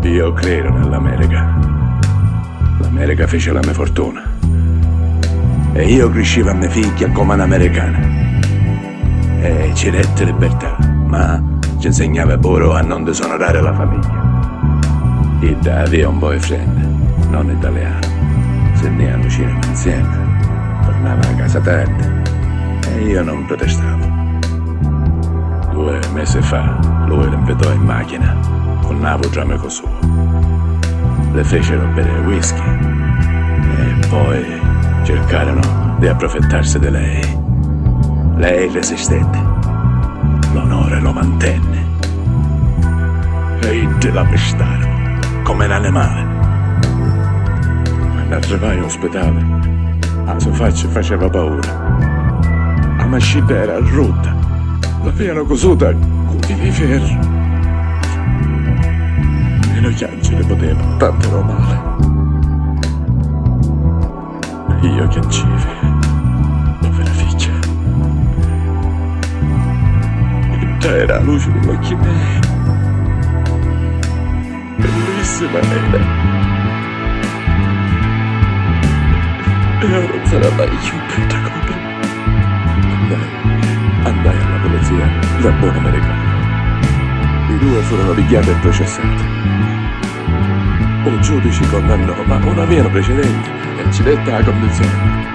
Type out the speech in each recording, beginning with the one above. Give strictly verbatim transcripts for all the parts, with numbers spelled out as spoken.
Io credo nell'America. L'America fece la mia fortuna. E io crescevo a mia figlia come un'americana. E ci rette libertà, ma ci insegnava pure a non disonorare la famiglia. Ed aveva un boyfriend, non italiano. Se ne hanno cinema insieme. Tornava a casa tardi. E io non protestavo. Due mesi fa lui l'invitò in macchina con un amico suo. Le fecero bere whisky e poi cercarono di approfittarsi di lei. Lei resistette, l'onore lo mantenne e te la pestarono come un animale. Quando arrivai all'ospedale, la sua faccia faceva paura. La mascita era rotta, l'avevano cosuta con di ferro. E noi chiacci le potevano, tanto ero male. E io chiancivi, povera figlia. E era la luce degli occhi miei. Bellissima era. E ora non sarà mai più brutta come me. Andai, andai alla polizia da buon americano. I due furono pigliati e processati. Un giudice condannò, ma non avevano precedenti e ci dette la condizione.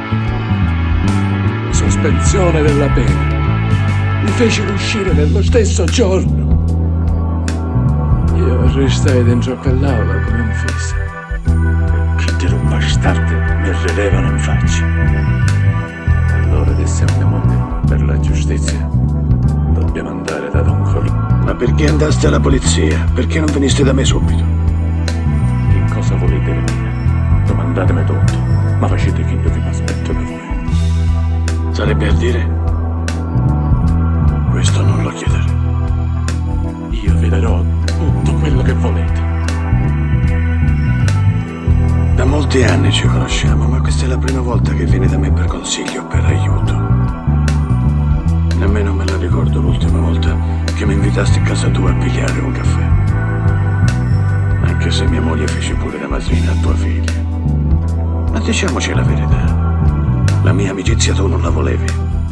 Sospensione della pena. Mi fecero uscire nello stesso giorno. Io restai dentro a quell'aula come un fisso. Che di un bastardo mi ridevano in faccia. Allora dissi a mia moglie, per la giustizia dobbiamo andare da Don Corleone. Ma perché andaste alla polizia? Perché non veniste da me subito? Che cosa volete da me? Domandatemi tutto, ma facete che io vi aspetto da voi. Sarebbe a dire? Questo non lo chiedere. Io vi darò tutto quello che volete. Da molti anni ci conosciamo, ma questa è la prima volta che vieni da me per consiglio o per aiuto. Nemmeno me la ricordo l'ultima volta che mi invitasti a casa tua a pigliare un caffè. Anche se mia moglie fece pure da madrina a tua figlia. Ma diciamoci la verità. La mia amicizia tu non la volevi.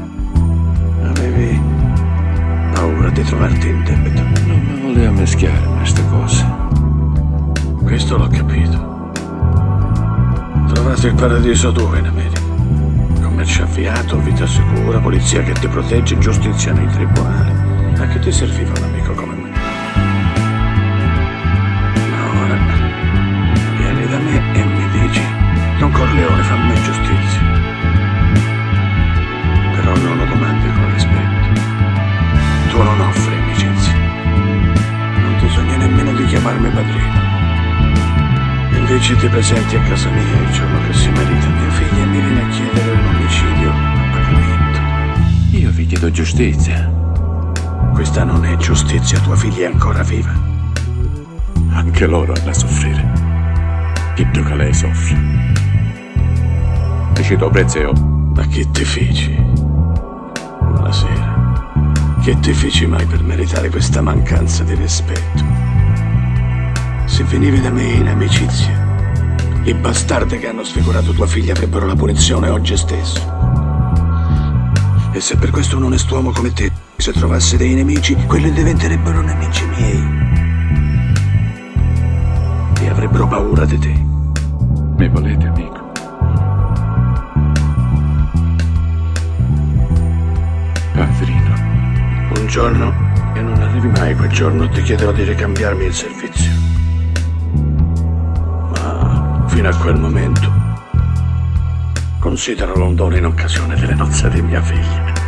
Avevi paura di trovarti in debito. Non mi voleva mischiare in queste cose. Questo l'ho capito. Trovate il paradiso tu in America. Commercio avviato, vita sicura, polizia che ti protegge, giustizia nei tribunali. A che ti serviva un amico come me? Ma ora vieni da me e mi dici: Don Corleone, fammi giustizia. Però non lo domandi con rispetto. Tu non offri amicizia. Non ti sogni nemmeno di chiamarmi padrino. Invece ti presenti a casa mia il giorno che si marita mia figlia e mi viene a chiedere un omicidio a pagamento. Io vi chiedo giustizia. Questa non è giustizia, tua figlia è ancora viva. Anche loro hanno da soffrire. Chiedo che lei soffre. Dici tu prezzo. Ma che ti feci? Buonasera. Che ti feci mai per meritare questa mancanza di rispetto? Se venivi da me in amicizia, i bastardi che hanno sfigurato tua figlia avrebbero la punizione oggi stesso. E se per questo un onest'uomo come te se trovasse dei nemici, quelli diventerebbero nemici miei e avrebbero paura di te. Mi volete, amico? Padrino. Un giorno, e non arrivi mai quel giorno, ti chiederò di ricambiarmi il servizio. Fino a quel momento considero l'ondone in occasione delle nozze di mia figlia.